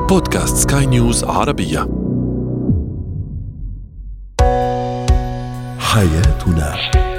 بودكاست سكاي نيوز عربية. حياتنا.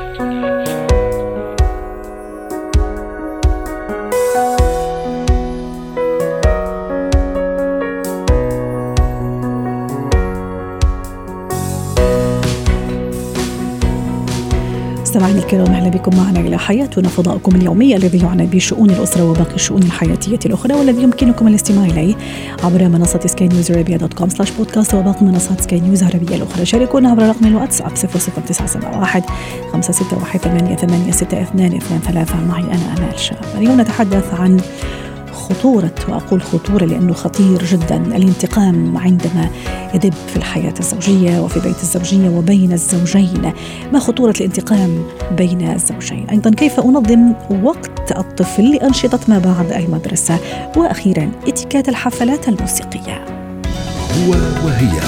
مستمعينا الكرام، أهلا بكم معنا إلى حياتنا، فضاؤكم اليومي الذي يعنى بشؤون الأسرة وباقي الشؤون الحياتية الأخرى، والذي يمكنكم الاستماع إليه عبر منصة skynewsarabia.com/podcast وباقي منصات سكاي نيوز عربية الأخرى. شاركونا عبر رقم الواتساب 00971 561 886223. معي أنا أمال شاب. اليوم نتحدث عن خطورة، وأقول خطورة لأنه خطير جدا، الانتقام عندما يدب في الحياة الزوجية وفي بيت الزوجية وبين الزوجين. ما خطورة الانتقام بين الزوجين؟ أيضا كيف أنظم وقت الطفل لأنشطة ما بعد المدرسة؟ وأخيرا اتيكيت الحفلات الموسيقية. هو وهي.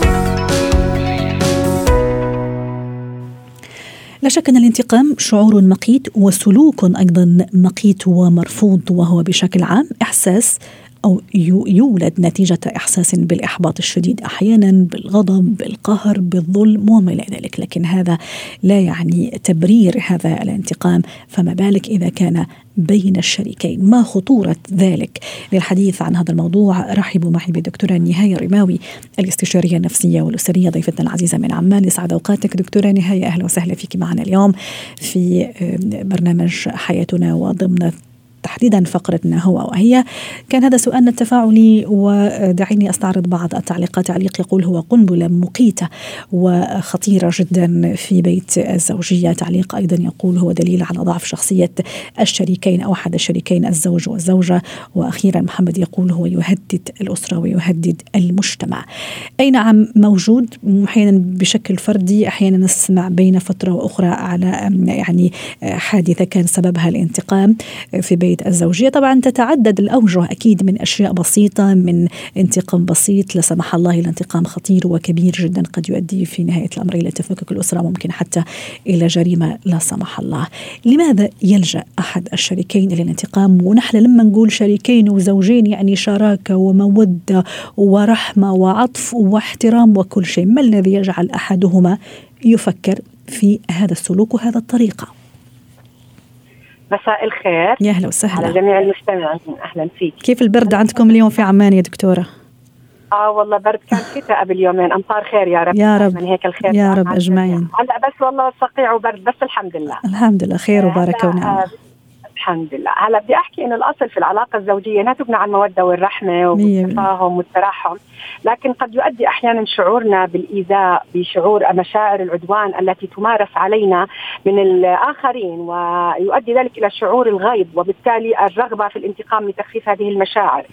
لا شك أن الانتقام شعور مقيت وسلوك أيضا مقيت ومرفوض، وهو بشكل عام إحساس أو يولد نتيجة إحساس بالإحباط الشديد، أحيانا بالغضب، بالقهر، بالظلم وما إلى ذلك، لكن هذا لا يعني تبرير هذا الانتقام، فما بالك إذا كان بين الشريكين؟ ما خطورة ذلك؟ للحديث عن هذا الموضوع رحبوا معي بالدكتورة نهاية الرماوي، الاستشارية النفسية والأسرية، ضيفتنا العزيزة من عمان. يسعد أوقاتك دكتورة نهاية، أهلا وسهلا فيك معنا اليوم في برنامج حياتنا، وضمن تحديدا فقرتنا هو وهي. كان هذا سؤالنا التفاعلي، ودعيني أستعرض بعض التعليقات. تعليق يقول هو قنبلة مقيتة وخطيرة جدا في بيت الزوجية. تعليق أيضا يقول هو دليل على ضعف شخصية الشريكين أو أحد الشريكين، الزوج والزوجة. وأخيرا محمد يقول هو يهدد الأسرة ويهدد المجتمع. أي نعم موجود، أحيانا بشكل فردي، أحيانا نسمع بين فترة وأخرى على يعني حادثة كان سببها الانتقام في بيت الزوجية. طبعا تتعدد الأوجه أكيد، من أشياء بسيطة، من انتقام بسيط لا سمح الله إلى انتقام خطير وكبير جدا قد يؤدي في نهاية الأمر إلى تفكك الأسرة، ممكن حتى إلى جريمة لا سمح الله. لماذا يلجأ أحد الشريكين إلى الانتقام؟ ونحن لما نقول شريكين وزوجين يعني شراكة ومودة ورحمة وعطف واحترام وكل شيء. ما الذي يجعل أحدهما يفكر في هذا السلوك وهذا الطريقة؟ مساء الخير، يا أهلا وسهلا على جميع المستمعين. أهلا فيك. كيف البرد عندكم اليوم في عمان يا دكتورة؟ والله برد، كان شتاء قبل يومين، أمطار خير يا رب. يا رب من هيك الخير يا رب أجمعين. هلا بس والله صقيع وبرد، بس الحمد لله. الحمد لله خير وبركة ونعمة. الحمد لله. هلا بدي أحكي إنه الأصل في العلاقة الزوجية أنها تبنى على المودة والرحمة والتفاهم والتراحم، لكن قد يؤدي أحيانا شعورنا بالإيذاء بشعور مشاعر العدوان التي تمارس علينا من الآخرين، ويؤدي ذلك إلى شعور الغيظ وبالتالي الرغبة في الانتقام لتخفيف هذه المشاعر.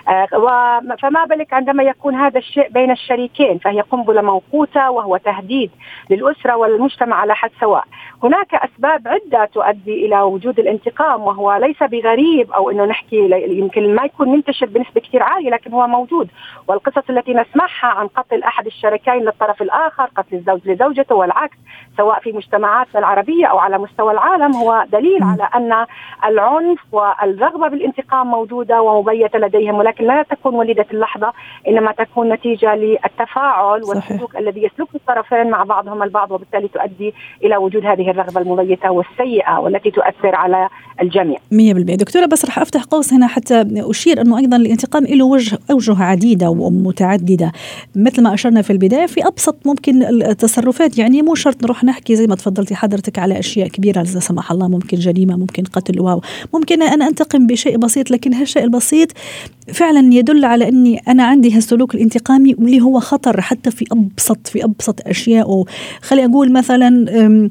فما بالك عندما يكون هذا الشيء بين الشريكين، فهي قنبلة موقوتة وهو تهديد للأسرة والمجتمع على حد سواء. هناك أسباب عدة تؤدي إلى وجود الانتقام، وهو ليس بغريب أو إنه نحكي يمكن ما يكون منتشر بنسبة كثير عالية، لكن هو موجود. والقصص التي نسمعها عن قتل أحد الشريكين للطرف الآخر، قتل الزوج لزوجته والعكس، سواء في مجتمعاتنا العربية أو على مستوى العالم، هو دليل على أن العنف والرغبة بالانتقام موجودة ومبيتة لديهم، ولكن لا تكون وليدة اللحظة، إنما تكون نتيجة للتفاعل والسلوك الذي يسلك الطرفين مع بعضهم البعض، وبالتالي تؤدي إلى وجود هذه الرغبة المبيتة والسيئة والتي تؤثر على الجميع. 100%. دكتورة بس رح أفتح قوس هنا حتى أشير أنه أيضا الانتقام له أوجه عديدة ومتعددة، مثل ما أشرنا في البداية في أبسط ممكن التصرفات. يعني مو شرط نروح نحكي زي ما تفضلتي حضرتك على أشياء كبيرة لا سمح الله، ممكن جريمة، ممكن قتل، ممكن أنا أنتقم بشيء بسيط، لكن هالشيء البسيط فعلا يدل على أني أنا عندي هالسلوك الانتقامي واللي هو خطر حتى في أبسط أشياء. خلي أقول مثلا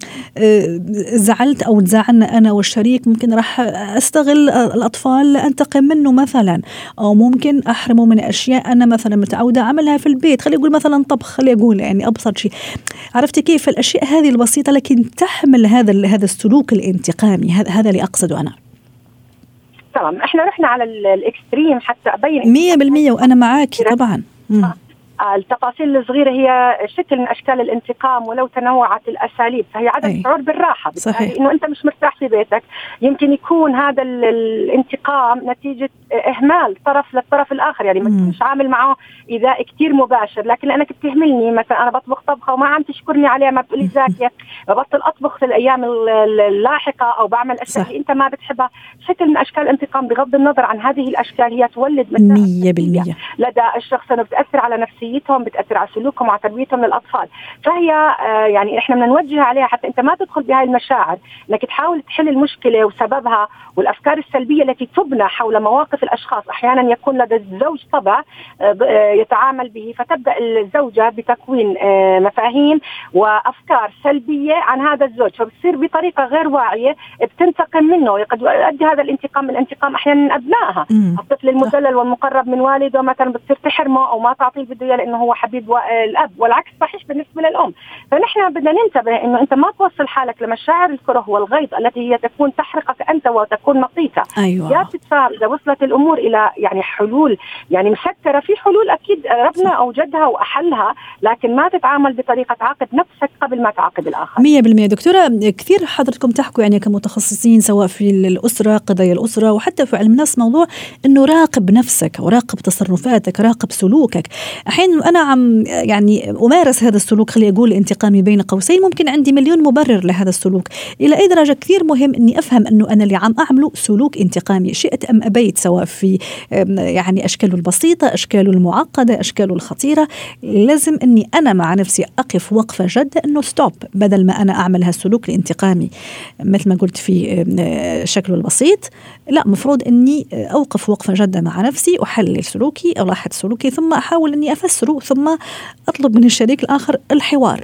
زعلت أو تزعلنا أنا والشريك، ممكن راح أستغل الأطفال لأنتقم منه مثلا، أو ممكن أحرمه من أشياء أنا مثلا متعودة أعملها في البيت. خلي أقول مثلا طبخ، خلي أقول يعني أبسط شيء. عرفتي كيف الأشياء هذه البسيطة لكن تحمل هذا السلوك الانتقامي. هذا اللي أقصده أنا. تمام، احنا رحنا على الاكستريم حتى ابين 100%، وانا معاكي طبعا. التفاصيل الصغيرة هي شكل من أشكال الانتقام، ولو تنوعت الأساليب فهي عدم شعور بالراحة. صحيح. إنه أنت مش مرتاح في بيتك، يمكن يكون هذا الانتقام نتيجة إهمال طرف للطرف الآخر، يعني ما تكونش عامل معه إيذاء كتير مباشر، لكن لأنك بتهملني مثلا أنا بطبخ طبخة وما عم تشكرني عليها، ما بتقولي زاكية، ببطل أطبخ في الأيام اللاحقة أو بعمل أشياء اللي أنت ما بتحبها. شكل من أشكال الانتقام بغض النظر عن هذه الأشكال هي تولد 100% لدى الشخص، أنه بتأثر على نفسيتهم، بتأثر على سلوكهم وعلى تربيتهم للأطفال. فهي يعني إحنا بدنا نوجه عليها حتى أنت ما تدخل بهاي المشاعر، إنك تحاول تحل المشكلة وسببها والأفكار السلبية التي تبنى حول مواقف الأشخاص. أحيانا يكون لدى الزوج طبع يتعامل به، فتبدأ الزوجة بتكوين مفاهيم وأفكار سلبية عن هذا الزوج، فبتصير بطريقة غير واعية بتنتقم منه. قد يؤدي هذا الانتقام أحيانا من أبنائها. الطفل المدلل والمقرب من والده مثلا بتصير تحرمه أو ما تعطيه بده إياه لأنه هو حبيب الأب، والعكس صحيح بالنسبة للأم. فنحن بدنا ننتبه إنه أنت ما توصل حالك لمشاعر الكره والغيظ التي هي تكون تحرقك أنت وتكون مقيتة. يا بتتفهم إذا وصلت الأمور إلى يعني حلول يعني مسكرة، في حلول أكيد ربنا أوجدها وأحلها، لكن ما تتعامل بطريقة تعاقب نفسك قبل ما تعاقب الآخر. 100% دكتورة. كثير حضرتكم تحكوا يعني كمتخصصين سواء في الأسرة، قضايا الأسرة، وحتى في علم النفس، موضوع إنه راقب نفسك وراقب تصرفاتك، راقب سلوكك. أحيانا أنا عم يعني أمارس هذا السلوك، خلي أقول انتقامي بين قوسين، ممكن عندي مليون مبرر لهذا السلوك. إلى أي درجة كثير مهم إني أفهم إنه أنا اللي عم أعمله سلوك انتقامي، شئت أم أبيت، سواء في يعني أشكاله البسيطة، أشكاله المعقدة، أشكاله الخطيرة. لازم إني أنا مع نفسي أقف وقفة جادة إنه ستوب، بدل ما أنا أعمل هالسلوك الانتقامي مثل ما قلت في شكله البسيط، لا، مفروض إني أوقف وقفة جادة مع نفسي، أحلل سلوكي، ألاحظ سلوكي، ثم أحاول إني أفسره، ثم أطلب من الشريك الآخر الحوار.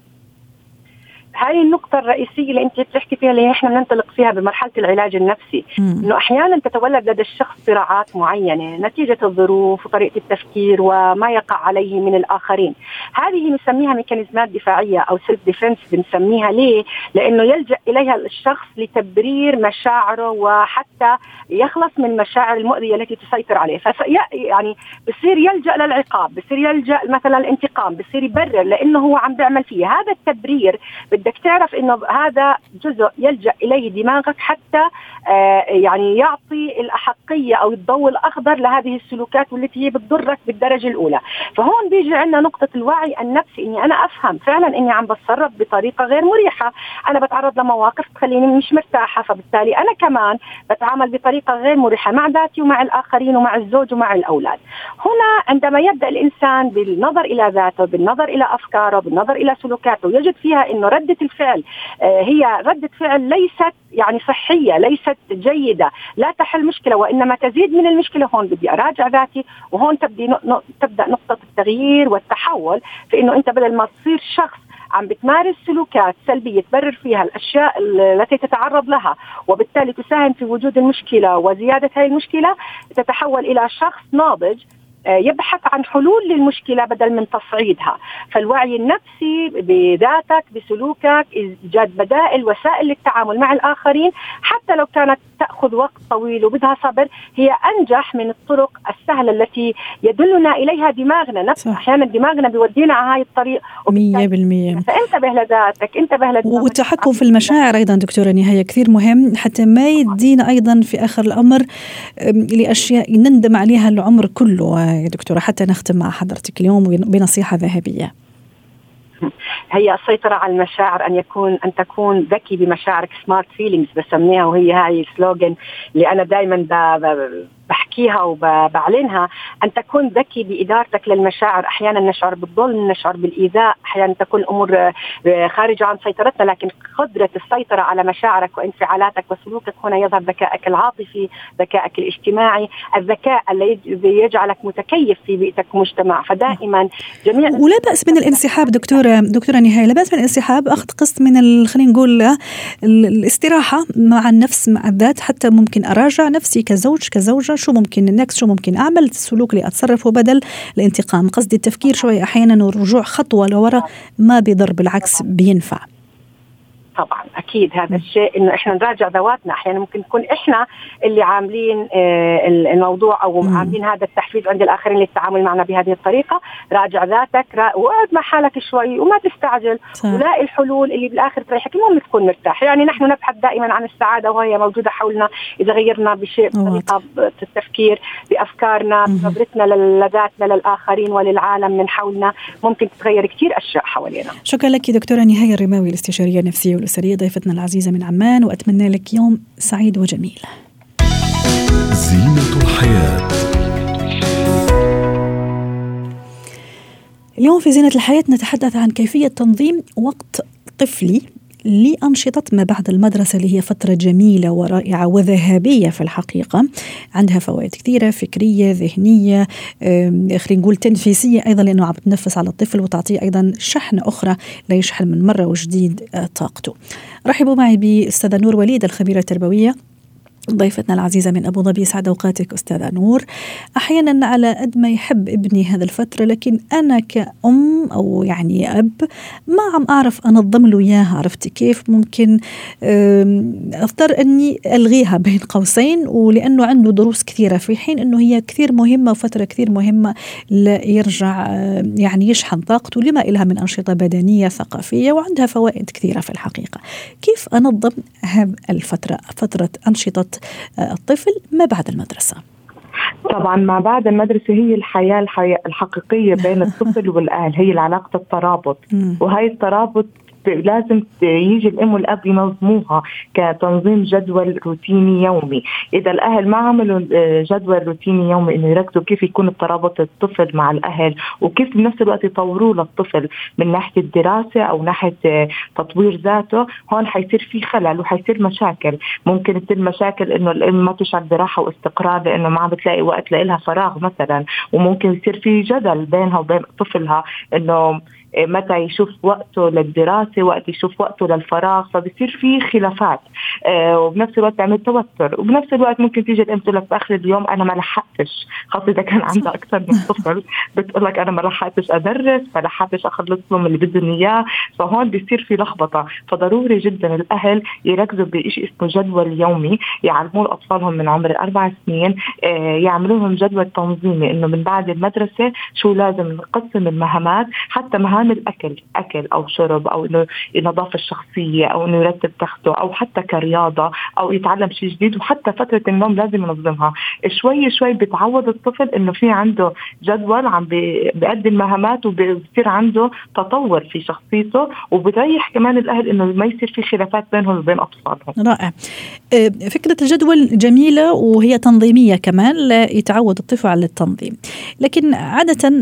هاي النقطة الرئيسية اللي أنت بتحكي فيها، اللي إحنا بننطلق فيها بمرحلة العلاج النفسي. إنه أحيانا تتولد لدى الشخص صراعات معينة نتيجة الظروف وطريقة التفكير وما يقع عليه من الآخرين. هذه نسميها ميكانيزمات دفاعية أو سيلف ديفنس بنسميها. ليه؟ لأنه يلجأ إليها الشخص لتبرير مشاعره وحتى يخلص من المشاعر المؤذية التي تسيطر عليه. يعني بصير يلجأ للعقاب، بصير يلجأ مثلا الانتقام، بصير يبرر لأنه هو عم بيعمل فيه هذا التبرير. بدك تعرف إنه هذا جزء يلجأ إليه دماغك حتى يعني يعطي الأحقية أو الضوء الأخضر لهذه السلوكات والتي هي بتضرك بالدرجة الأولى. فهون بيجي عندنا نقطة الوعي النفسي، إني أنا أفهم فعلا إني عم بتصرف بطريقة غير مريحة، أنا بتعرض لمواقف تخليني مش مرتاحة، فبالتالي أنا كمان بتعامل بطريقة غير مريحة مع ذاتي ومع الآخرين ومع الزوج ومع الأولاد. هنا عندما يبدأ الإنسان بالنظر إلى ذاته، بالنظر إلى أفكاره، بالنظر إلى سلوكاته، يجد فيها إنه ردة الفعل هي ردة فعل ليست يعني صحية، ليست جيدة، لا تحل مشكلة وإنما تزيد من المشكلة. هون بدي أراجع ذاتي، وهون تبدأ نقطة التغيير والتحول، في إنه أنت بدل ما تصير شخص عم بتمارس سلوكات سلبية تبرر فيها الأشياء التي تتعرض لها وبالتالي تساهم في وجود المشكلة وزيادة هذه المشكلة، تتحول إلى شخص ناضج يبحث عن حلول للمشكلة بدل من تصعيدها. فالوعي النفسي بذاتك، بسلوكك، إيجاد بدائل، وسائل للتعامل مع الآخرين حتى لو كانت تأخذ وقت طويل وبدها صبر، هي أنجح من الطرق السهلة التي يدلنا إليها دماغنا نفسه. أحيانا دماغنا بيودينا على هاي الطريق 100%. فانتبه لذاتك، انتبه لذاتك. والتحكم في المشاعر أيضا دكتورة نهاية كثير مهم، حتى ما يدينا أيضا في آخر الأمر لأشياء نندم عليها العمر كله. يا دكتورة، حتى نختم مع حضرتك اليوم بنصيحة ذهبية. هي السيطرة على المشاعر أن تكون ذكي بمشاعرك، سمارت فيلينجز بسميها، وهي هاي السلوغن اللي أنا دايما بحكيها وبعلنها. أن تكون ذكي بإدارتك للمشاعر. أحيانا نشعر بالظلم، نشعر بالإيذاء، أحيانا تكون أمور خارجة عن سيطرتنا، لكن قدرة السيطرة على مشاعرك وانفعالاتك وسلوكك، هنا يظهر ذكائك العاطفي، ذكائك الاجتماعي، الذكاء الذي يجعلك متكيف في بيئتك ومجتمع. فدائما جميع ولا بأس من الانسحاب دكتورة نهاية، لا بأس من الانسحاب، أخذ قسط من خلينا نقول الاستراحة مع النفس، مع الذات، حتى ممكن أراجع نفسي كزوج كزوجة، شو ممكن النكس، شو ممكن أعمل، السلوك اللي أتصرفه بدل الانتقام. قصدي التفكير شوي أحيانا والرجوع خطوة لورا ما بيضر، بالعكس بينفع. طبعا اكيد هذا الشيء، انه احنا نراجع ذواتنا. احيانا ممكن نكون احنا اللي عاملين الموضوع او عاملين هذا التحفيز عند الاخرين للتعامل معنا بهذه الطريقه. راجع ذاتك واقعد مع حالك شوي وما تستعجل، ولاقي الحلول اللي بالاخر تريحك. المهم تكون مرتاح. يعني نحن نبحث دائما عن السعاده وهي موجوده حولنا اذا غيرنا بشيء بطريقه التفكير، بافكارنا، بنظرتنا لذاتنا، للاخرين وللعالم من حولنا. ممكن تتغير كثير اشياء حوالينا. شكرا لك دكتوره نهاية الرماوي، الاستشاريه النفسيه والاسريه، ضيفتنا العزيزه من عمان، واتمنى لك يوم سعيد وجميل. زينة الحياة. اليوم في زينة الحياة نتحدث عن كيفية تنظيم وقت طفلي لأنشطة ما بعد المدرسة، اللي هي فترة جميلة ورائعة وذهبية في الحقيقة، عندها فوائد كثيرة فكرية ذهنية، خلينا نقول تنفيسية أيضا، لأنه عم تنفس على الطفل وتعطيه أيضا شحنة أخرى ليشحن من مرة وجديد طاقته. رحبوا معي بأستاذة نور وليد، الخبيرة التربوية، ضيفتنا العزيزة من أبو ظبي. سعد أوقاتك أستاذة نور. أحيانا على قد ما يحب ابني هذا الفترة، لكن أنا كأم أو يعني أب ما عم أعرف أنظم له إياها. عرفتي كيف؟ ممكن أضطر أني ألغيها بين قوسين، ولأنه عنده دروس كثيرة، في حين أنه هي كثير مهمة وفترة كثير مهمة ليرجع يعني يشحن طاقته لما إلها من أنشطة بدنية ثقافية، وعندها فوائد كثيرة في الحقيقة. كيف أنظم هذه الفترة، فترة أنشطة الطفل ما بعد المدرسة؟ طبعا ما بعد المدرسة هي الحياة الحقيقية بين الطفل والأهل، هي العلاقة الترابط. وهي الترابط لازم يجي الأم والأب ينظموها كتنظيم جدول روتيني يومي. إذا الأهل ما عملوا جدول روتيني يومي إنه يركزوا كيف يكون الترابط الطفل مع الأهل، وكيف بنفس الوقت يطوروا للطفل من ناحية الدراسة أو ناحية تطوير ذاته، هون حيصير في خلل وحيصير مشاكل. ممكن تصير مشاكل إنه الأم ما تشعر براحة واستقرار لأنه ما عم بتلاقي وقت لها فراغ مثلا، وممكن يصير في جدل بينها وبين طفلها إنه متى يشوف وقته للدراسة، وقت يشوف وقته للفراغ، فبصير في خلافات وبنفس الوقت تعمل توتر. وبنفس الوقت ممكن تيجي الأم تقول لك بآخر اليوم أنا ما لحقتش، خاصة إذا كان عندها أكثر من طفل، بتقول لك أنا ما لحقتش أدرس، ما لحقتش أخلص لهم اللي بدهم إياه. فهون بيصير في لخبطة. فضروري جدا الأهل يركزوا بشيء اسمه جدول يومي، يعلموا أطفالهم من عمر 4 سنين، يعملوا لهم جدول تنظيمي إنه من بعد المدرسة شو لازم نقسم المهامات، حتى مهام الأكل، أكل أو شرب، أو إنه النظافة الشخصية، أو إنه يرتب تخته، أو حتى كرياضة، أو يتعلم شيء جديد. وحتى فترة النوم لازم ينظمها. شوي شوي بتعود الطفل إنه في عنده جدول عم بيأدي المهامات، وبيصير عنده تطور في شخصيته، وبتريح كمان الأهل إنه ما يصير في خلافات بينهم وبين أطفالهم. رائع. فكرة الجدول جميلة وهي تنظيمية كمان، لا يتعود الطفل على التنظيم. لكن عادة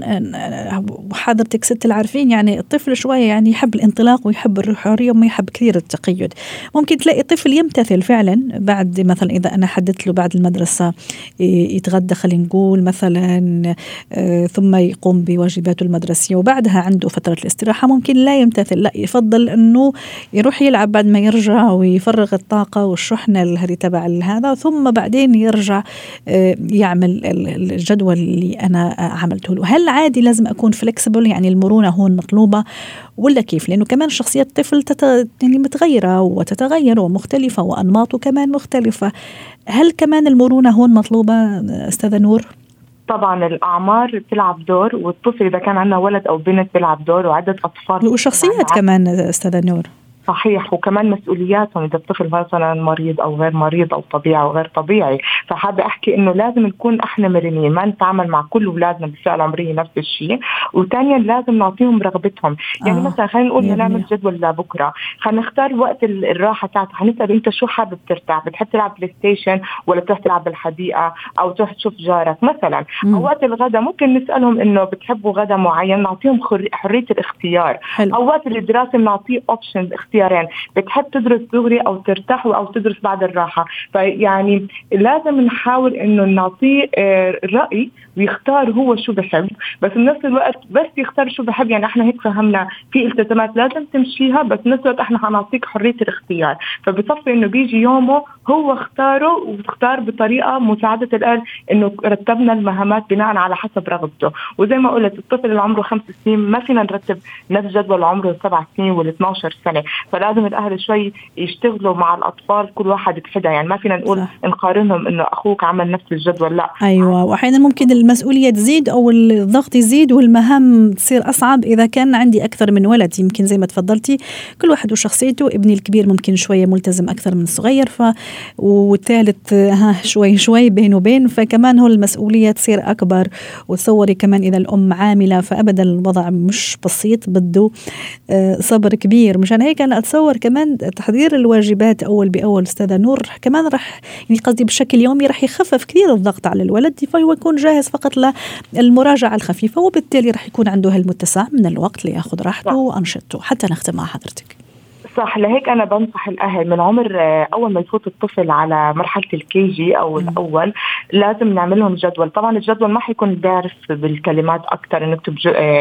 حضرتك ست العارفين يعني الطفل شوية يعني يحب الانطلاق ويحب الحرية وما يحب كثير التقيد. ممكن تلاقي طفل يمتثل فعلا بعد مثلا إذا أنا حددت له بعد المدرسة يتغدى خلينا نقول مثلا، ثم يقوم بواجباته المدرسية، وبعدها عنده فترة الاستراحة ممكن لا يمتثل، لا يفضل أنه يروح يلعب بعد ما يرجع ويفرغ الطاقة والشحنة هذه تبع هذا، ثم بعدين يرجع يعمل الجدول اللي أنا عملته له. هل عادي لازم أكون فلكسبل، يعني المرونة هون مطلوبة ولا كيف؟ لأنه كمان شخصية الطفل يعني متغيرة وتتغير ومختلفة، وأنماطه كمان مختلفة. هل كمان المرونة هون مطلوبة أستاذة نور؟ طبعا الأعمار بتلعب دور، والطفل إذا كان عندنا ولد أو بنت بيلعب دور، وعدة أطفال وشخصيات كمان أستاذة نور. صحيح. وكمان مسؤولياتهم إذا الطفل مثلا مريض أو غير مريض أو طبيعي أو غير طبيعي. فحابة أحكي إنه لازم نكون إحنا مرنين، ما نتعامل مع كل أولادنا بالفئة العمرية نفس الشيء. وثانيا لازم نعطيهم رغبتهم. يعني مثلا خلينا نقول نعمل جدول لبكرة، خلينا نختار وقت الراحة تاعتك، حنسأل أنت شو حابب ترتاح، بتحب تلعب بلاي ستيشن ولا تروح تلعب بالحديقة أو تروح تشوف جارك مثلا. أو وقت الغداء ممكن نسألهم إنه بتحبوا غداء معين، نعطيهم حرية الاختيار. حلو. أو وقت الدراسة بنعطيه اوبشنز، اختيارين، بتحب تدرس دغري أو ترتاح أو تدرس بعد الراحة. فيعني لازم نحاول إنه نعطيه رأي ويختار هو شو بحب، بس بنفس الوقت بس يختار شو بحب. يعني احنا هيك فهمنا في التزامات لازم تمشيها، بس بنفس الوقت احنا هنعطيك حرية الاختيار. فبصفي إنه بيجي يومه هو اختاره، واختار بطريقة مساعدة الأهل إنه رتبنا المهامات بناء على حسب رغبته. وزي ما قلت الطفل اللي عمره 5 سنين ما فينا نرتب نفس جدول عمره 7 سنين ولا 12 سنة. فلازم الأهل شوي يشتغلوا مع الأطفال كل واحد بحدة. يعني ما فينا نقول نقارنهم إنه أخوك عمل نفس الجدول، لا. أيوة، وأحيانا ممكن المسؤولية تزيد أو الضغط يزيد والمهام تصير أصعب إذا كان عندي أكثر من ولد. يمكن زي ما تفضلتي كل واحد وشخصيته، ابني الكبير ممكن شوية ملتزم أكثر من الصغير، والثالث شوي بين وبين، فكمان هو المسؤولية تصير أكبر. وتصوري كمان إذا الأم عاملة، فأبدا الوضع مش بسيط، بده صبر كبير. مشان هيك أنا أتصور كمان تحضير الواجبات أول بأول أستاذة نور كمان رح يعني قصدي بشكل يومي رح يخفف كثير الضغط على الولد، فهو يكون جاهز فقط للمراجعة الخفيفة، وبالتالي رح يكون عنده هالمتسع من الوقت ليأخذ راحته وأنشطته. حتى نختم مع حضرتك. صح. لهيك أنا بنصح الأهل من عمر أول ما يفوت الطفل على مرحلة الكيجي أو الأول لازم نعمل لهم جدول. طبعا الجدول ما حيكون بيعرف بالكلمات أكتر، نكتب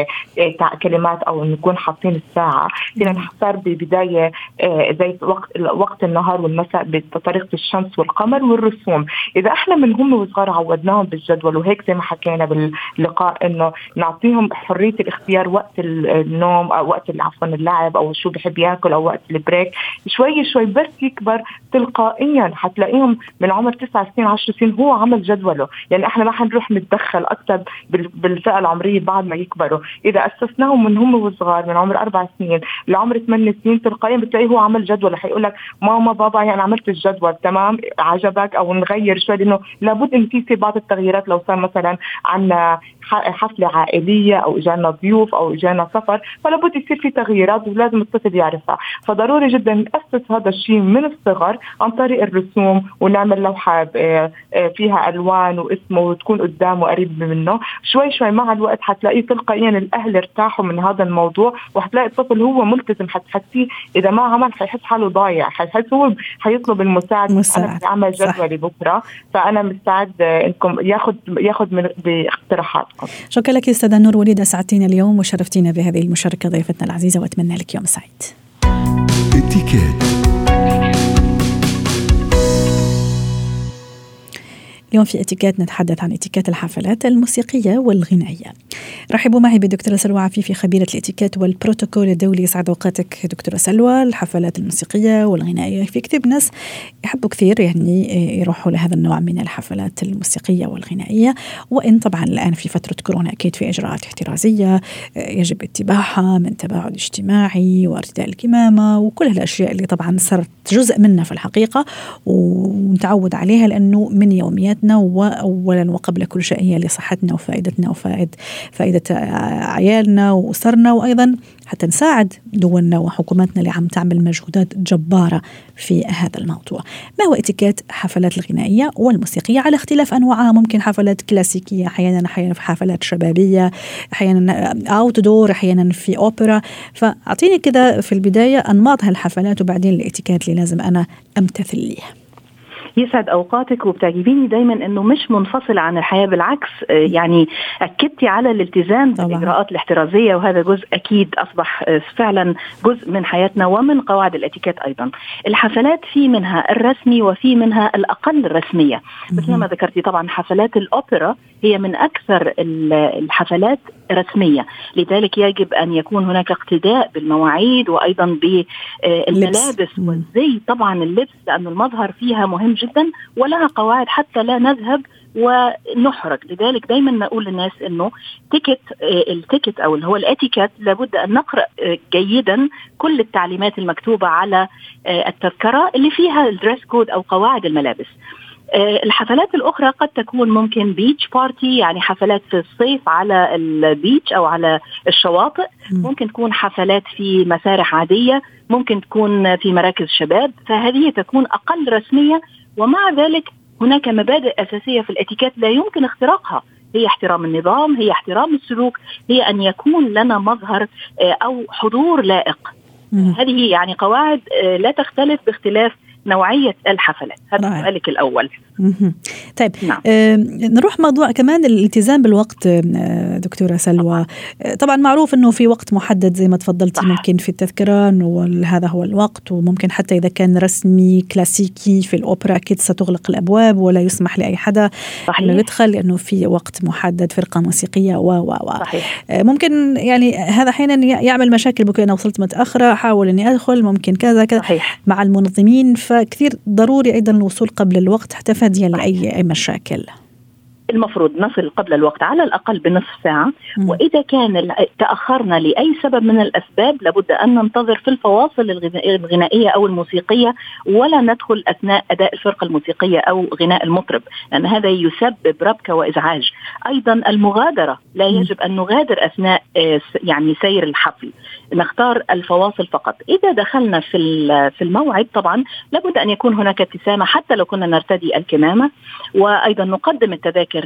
كلمات أو نكون حاطين الساعة. فينا نختار ببداية زي وقت النهار والمساء بطريقة الشمس والقمر والرسوم. إذا إحنا من هم وصغار عودناهم بالجدول، وهيك زي ما حكينا باللقاء إنه نعطيهم حرية الاختيار وقت النوم أو وقت اللعب أو شو بحب يأكل أو وقت البريك، شوي بس يكبر تلقائيا حتلاقيهم من عمر 9 سنين 10 سنين هو عمل جدوله. يعني احنا ما حنروح نتدخل اكثر بالفئة العمرية بعد ما يكبروا. اذا اسسناهم من هم وصغار من عمر 4 سنين لعمر 8 سنين تلقائيا بتلاقيه هو عمل جدوله. حيقول لك ماما بابا يعني عملت الجدول تمام عجبك، او نغير شوي، لانه لابد ان في بعض التغييرات. لو صار مثلا عنا حفلة عائلية أو إجانا ضيوف أو إجانا سفر، فلابد يصير في تغييرات ولازم الطفل يعرفها. فضروري جدا نأسس هذا الشيء من الصغر عن طريق الرسوم، ونعمل لوحة فيها ألوان واسمه وتكون قدامه قريب منه. شوي مع الوقت حتلاقيه تلقائيا الأهل ارتاحوا من هذا الموضوع، وحتلاقي الطفل هو ملتزم. حتحسيه إذا ما عمل حيحس حاله ضايع، حيحس هو حيطلب المساعد. أنا بدي أعمل جدولي بكرة، فأنا مستعد إنكم ياخد من باقتراحات. شكرا لك أستاذة نور وليد، أسعدتينا اليوم وشرفتينا بهذه المشاركة ضيفتنا العزيزة، وأتمنى لك يوم سعيد. اليوم في اتيكيت نتحدث عن اتيكيت الحفلات الموسيقية والغنائية. رحبوا معي بالدكتورة سلوى عفيفي، خبيرة الاتيكيت والبروتوكول الدولي. يسعد اوقاتك دكتورة سلوى. الحفلات الموسيقية والغنائية في كثير ناس يحبوا كثير يعني يروحوا لهذا النوع من الحفلات الموسيقية والغنائية، وإن طبعا الآن في فترة كورونا أكيد في إجراءات احترازية يجب اتباعها من تباعد اجتماعي وارتداء الكمامة وكل هالأشياء اللي طبعا صارت جزء منها في الحقيقة ونتعود عليها لأنه من يوميات وأولا وقبل كل شيء هي لصحتنا وفائدتنا فائدة عيالنا وأسرنا، وأيضا حتى نساعد دولنا وحكوماتنا اللي عم تعمل مجهودات جبارة في هذا الموضوع. ما هو اتيكيت حفلات الغنائية والموسيقية على اختلاف أنواعها؟ ممكن حفلات كلاسيكية، أحيانا في حفلات شبابية، أحيانا أوت دور، أحيانا في أوبرا. فأعطيني كذا في البداية أنماط هالحفلات وبعدين الاتيكيت اللي لازم أنا أمتثل ليه. يسعد أوقاتك. وبتعجبيني دايما أنه مش منفصل عن الحياة، بالعكس يعني أكدتي على الالتزام بالإجراءات الاحترازية، وهذا جزء أكيد أصبح فعلا جزء من حياتنا ومن قواعد الاتيكيت. أيضا الحفلات في منها الرسمي وفي منها الأقل رسمية، مثل ما ذكرتي. طبعا حفلات الأوبرا هي من أكثر الحفلات رسمية، لذلك يجب أن يكون هناك اقتداء بالمواعيد وأيضا بالملابس والزي. طبعا اللبس لأن المظهر فيها مهم جدا ولها قواعد حتى لا نذهب ونحرج. لذلك دايما نقول للناس انه التيكت او اللي هو الاتيكيت لابد ان نقرأ جيدا كل التعليمات المكتوبة على التذكرة اللي فيها الدريس كود او قواعد الملابس. الحفلات الأخرى قد تكون ممكن بيتش بارتي، يعني حفلات في الصيف على البيتش أو على الشواطئ. ممكن تكون حفلات في مسارح عادية، ممكن تكون في مراكز شباب، فهذه تكون أقل رسمية. ومع ذلك هناك مبادئ أساسية في الاتيكيت لا يمكن اختراقها، هي احترام النظام، هي احترام السلوك، هي أن يكون لنا مظهر أو حضور لائق. هذه يعني قواعد لا تختلف باختلاف نوعية الحفلات. هذا سؤالك الأول. طيب نعم. نروح موضوع كمان الالتزام بالوقت دكتورة سلوى. طبعا معروف أنه في وقت محدد زي ما تفضلتي، ممكن في التذكرة أنه هذا هو الوقت، وممكن حتى إذا كان رسمي كلاسيكي في الأوبرا أكيد ستغلق الأبواب ولا يسمح لأي حدا أنه يدخل، لأنه في وقت محدد، فرقة موسيقية ممكن يعني هذا حينا يعمل مشاكل، بكون أنا وصلت متأخرة أحاول أني أدخل، ممكن كذا مع المنظمين، فكثير ضروري أيضا الوصول قبل الوقت حتى فاديا لأي مشاكل. المفروض نصل قبل الوقت على الأقل بنصف ساعة، وإذا كان تأخرنا لأي سبب من الأسباب لابد أن ننتظر في الفواصل الغنائية أو الموسيقية، ولا ندخل أثناء أداء الفرقة الموسيقية أو غناء المطرب، لأن هذا يسبب ربكة وإزعاج. أيضا المغادرة، لا يجب أن نغادر أثناء يعني سير الحفل، نختار الفواصل فقط. إذا دخلنا في الموعد طبعا لابد أن يكون هناك ابتسامة حتى لو كنا نرتدي الكمامة، وأيضا نقدم التذاكر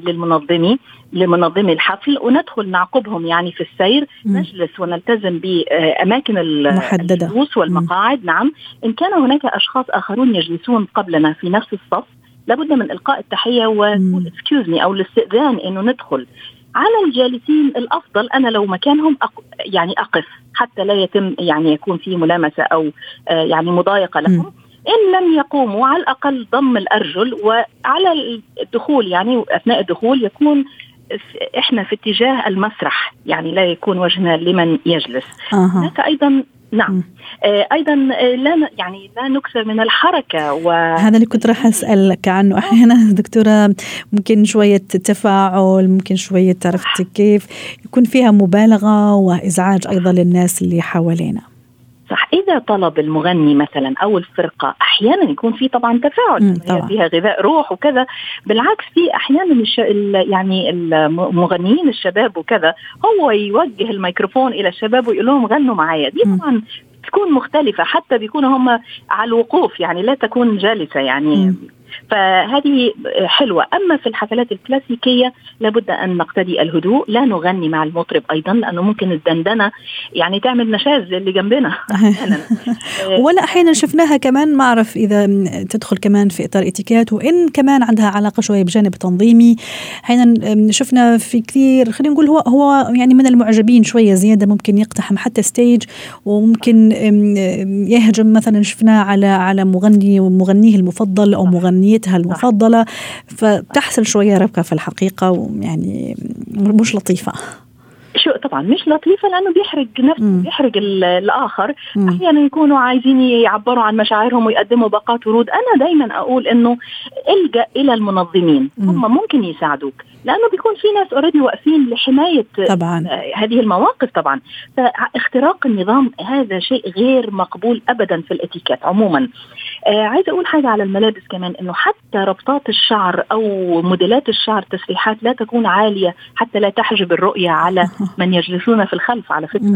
لمنظمي الحفل، وندخل نعقبهم يعني في السير. نجلس ونلتزم بأماكن الجلوس والمقاعد. نعم، إن كان هناك أشخاص آخرون يجلسون قبلنا في نفس الصف لابد من إلقاء التحية excuse me أو الاستئذان إنه ندخل. على الجالسين الأفضل أنا لو مكانهم يعني أقف حتى لا يتم يعني يكون في ملامسة أو يعني مضايقة لهم. إن لم يقوموا على الأقل ضم الأرجل، وعلى الدخول يعني أثناء الدخول يكون إحنا في اتجاه المسرح، يعني لا يكون وجهنا لمن يجلس. هناك أيضا نعم أيضا لا نكثر من الحركة. هذا اللي كنت راح أسألك عنه. أحيانا دكتورة ممكن شوية تفاعل، ممكن شوية عرفت كيف يكون فيها مبالغة وإزعاج أيضا للناس اللي حوالينا. صح، إذا طلب المغني مثلا أو الفرقة أحيانا يكون في طبعا تفاعل، فيها غذاء روح وكذا. بالعكس في أحيانا يعني المغنيين الشباب وكذا هو يوجه الميكروفون إلى الشباب ويقول لهم غنوا معايا. دي طبعا تكون مختلفة، حتى بيكونوا هم على الوقوف يعني لا تكون جالسة يعني فهذه حلوة. أما في الحفلات الكلاسيكية لابد أن نقتدي الهدوء، لا نغني مع المطرب أيضا لأنه ممكن الدندنة يعني تعمل نشاز اللي جنبنا. ولا أحيانا شفناها كمان، ما أعرف إذا تدخل كمان في إطار إتيكات، وإن كمان عندها علاقة شوية بجانب تنظيمي. أحيانا شفنا في كثير خلينا نقول هو يعني من المعجبين شوية زيادة، ممكن يقتحم حتى ستيج وممكن يهجم. مثلا شفناه على مغنيه المفضل أو مغنيتها المفضلة، فتحصل شوية ربكة في الحقيقة، ويعني مش لطيفة. طبعا مش لطيفة لأنه بيحرج نفسه، بيحرج الآخر. أحيانا يكونوا عايزين يعبروا عن مشاعرهم ويقدموا باقات ورود. أنا دايما أقول إنه الجأ إلى المنظمين، هم ممكن يساعدوك لأنه بيكون في ناس أوريدي واقفين لحماية طبعا هذه المواقف. طبعا فاختراق النظام هذا شيء غير مقبول أبدا في الاتيكيت عموما. عايزة أقول حاجة على الملابس كمان، إنه حتى ربطات الشعر أو موديلات الشعر تسريحات لا تكون عالية حتى لا تحجب الرؤية على من يجلسون في الخلف على فكرة.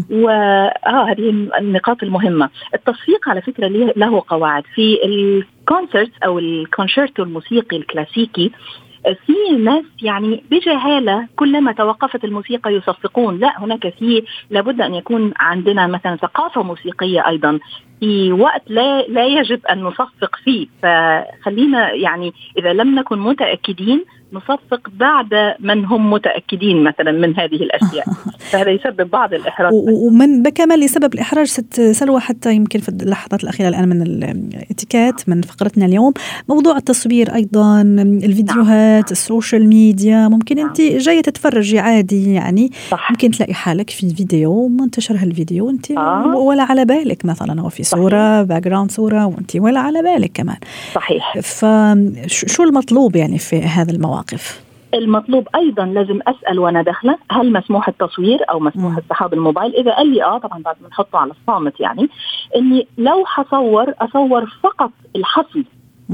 هذه النقاط المهمة. التصفيق على فكرة له قواعد في الكونسرت أو الكونشيرتو الموسيقي الكلاسيكي. في ناس يعني بجهالة كلما توقفت الموسيقى يصفقون. لا، هناك لابد أن يكون عندنا مثلا ثقافة موسيقية أيضا في وقت لا يجب أن نصفق فيه. فخلينا يعني إذا لم نكن متأكدين نصفق بعد من هم متأكدين مثلا من هذه الأشياء، فهذا يسبب بعض الإحراج. ومن بكمل يسبب الإحراج سلوى حتى يمكن في اللحظات الأخيرة الآن من الاتيكيت من فقرتنا اليوم موضوع التصوير أيضا، الفيديوهات، السوشيال ميديا. ممكن أنت جاية تتفرجي عادي يعني ممكن تلاقي حالك في فيديو منتشر هالفيديو وأنت ولا على بالك مثلا، هو في صورة باك جراوند صورة وأنت ولا على بالك كمان. صحيح. فشو المطلوب يعني في هذا المواقف؟ المطلوب أيضا لازم أسأل وأنا داخلة هل مسموح التصوير أو مسموح اصطحاب الموبايل. إذا قال لي طبعا بعد ما نحطه على الصامت يعني إني لو أصور فقط الحفل.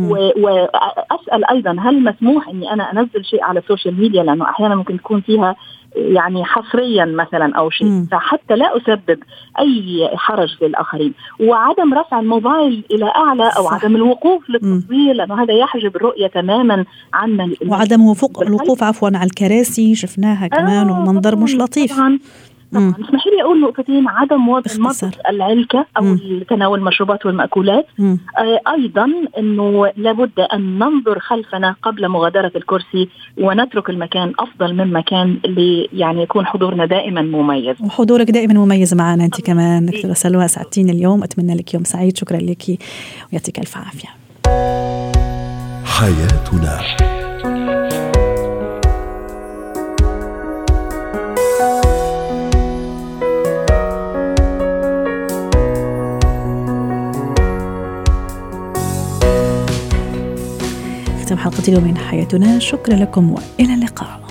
وأسأل أيضا هل مسموح إني أنا أنزل شيء على السوشيال ميديا، لأنه أحيانا ممكن تكون فيها يعني حصريا مثلا أو شيء، فحتى لا أسبب أي حرج للآخرين. وعدم رفع الموبايل إلى أعلى أو عدم الوقوف للتصوير، لأنه هذا يحجب الرؤية تماما عن وعدم الوقوف على الكراسي شفناها كمان، ومنظر مش لطيف. طبعا طبعا اسمحي لي اقول نقطتين. عدم وضع العلكه او تناول المشروبات والمأكولات. ايضا انه لابد ان ننظر خلفنا قبل مغادره الكرسي ونترك المكان افضل من مكان اللي يعني يكون حضورنا دائما مميز. وحضورك دائما مميز معنا انت كمان دكتوره سلوى، سعدتيني اليوم، اتمنى لك يوم سعيد. شكرا لك ويعطيك الف عافيه. حياتنا. ختام حلقة اليوم من حياتنا. شكرا لكم وإلى اللقاء.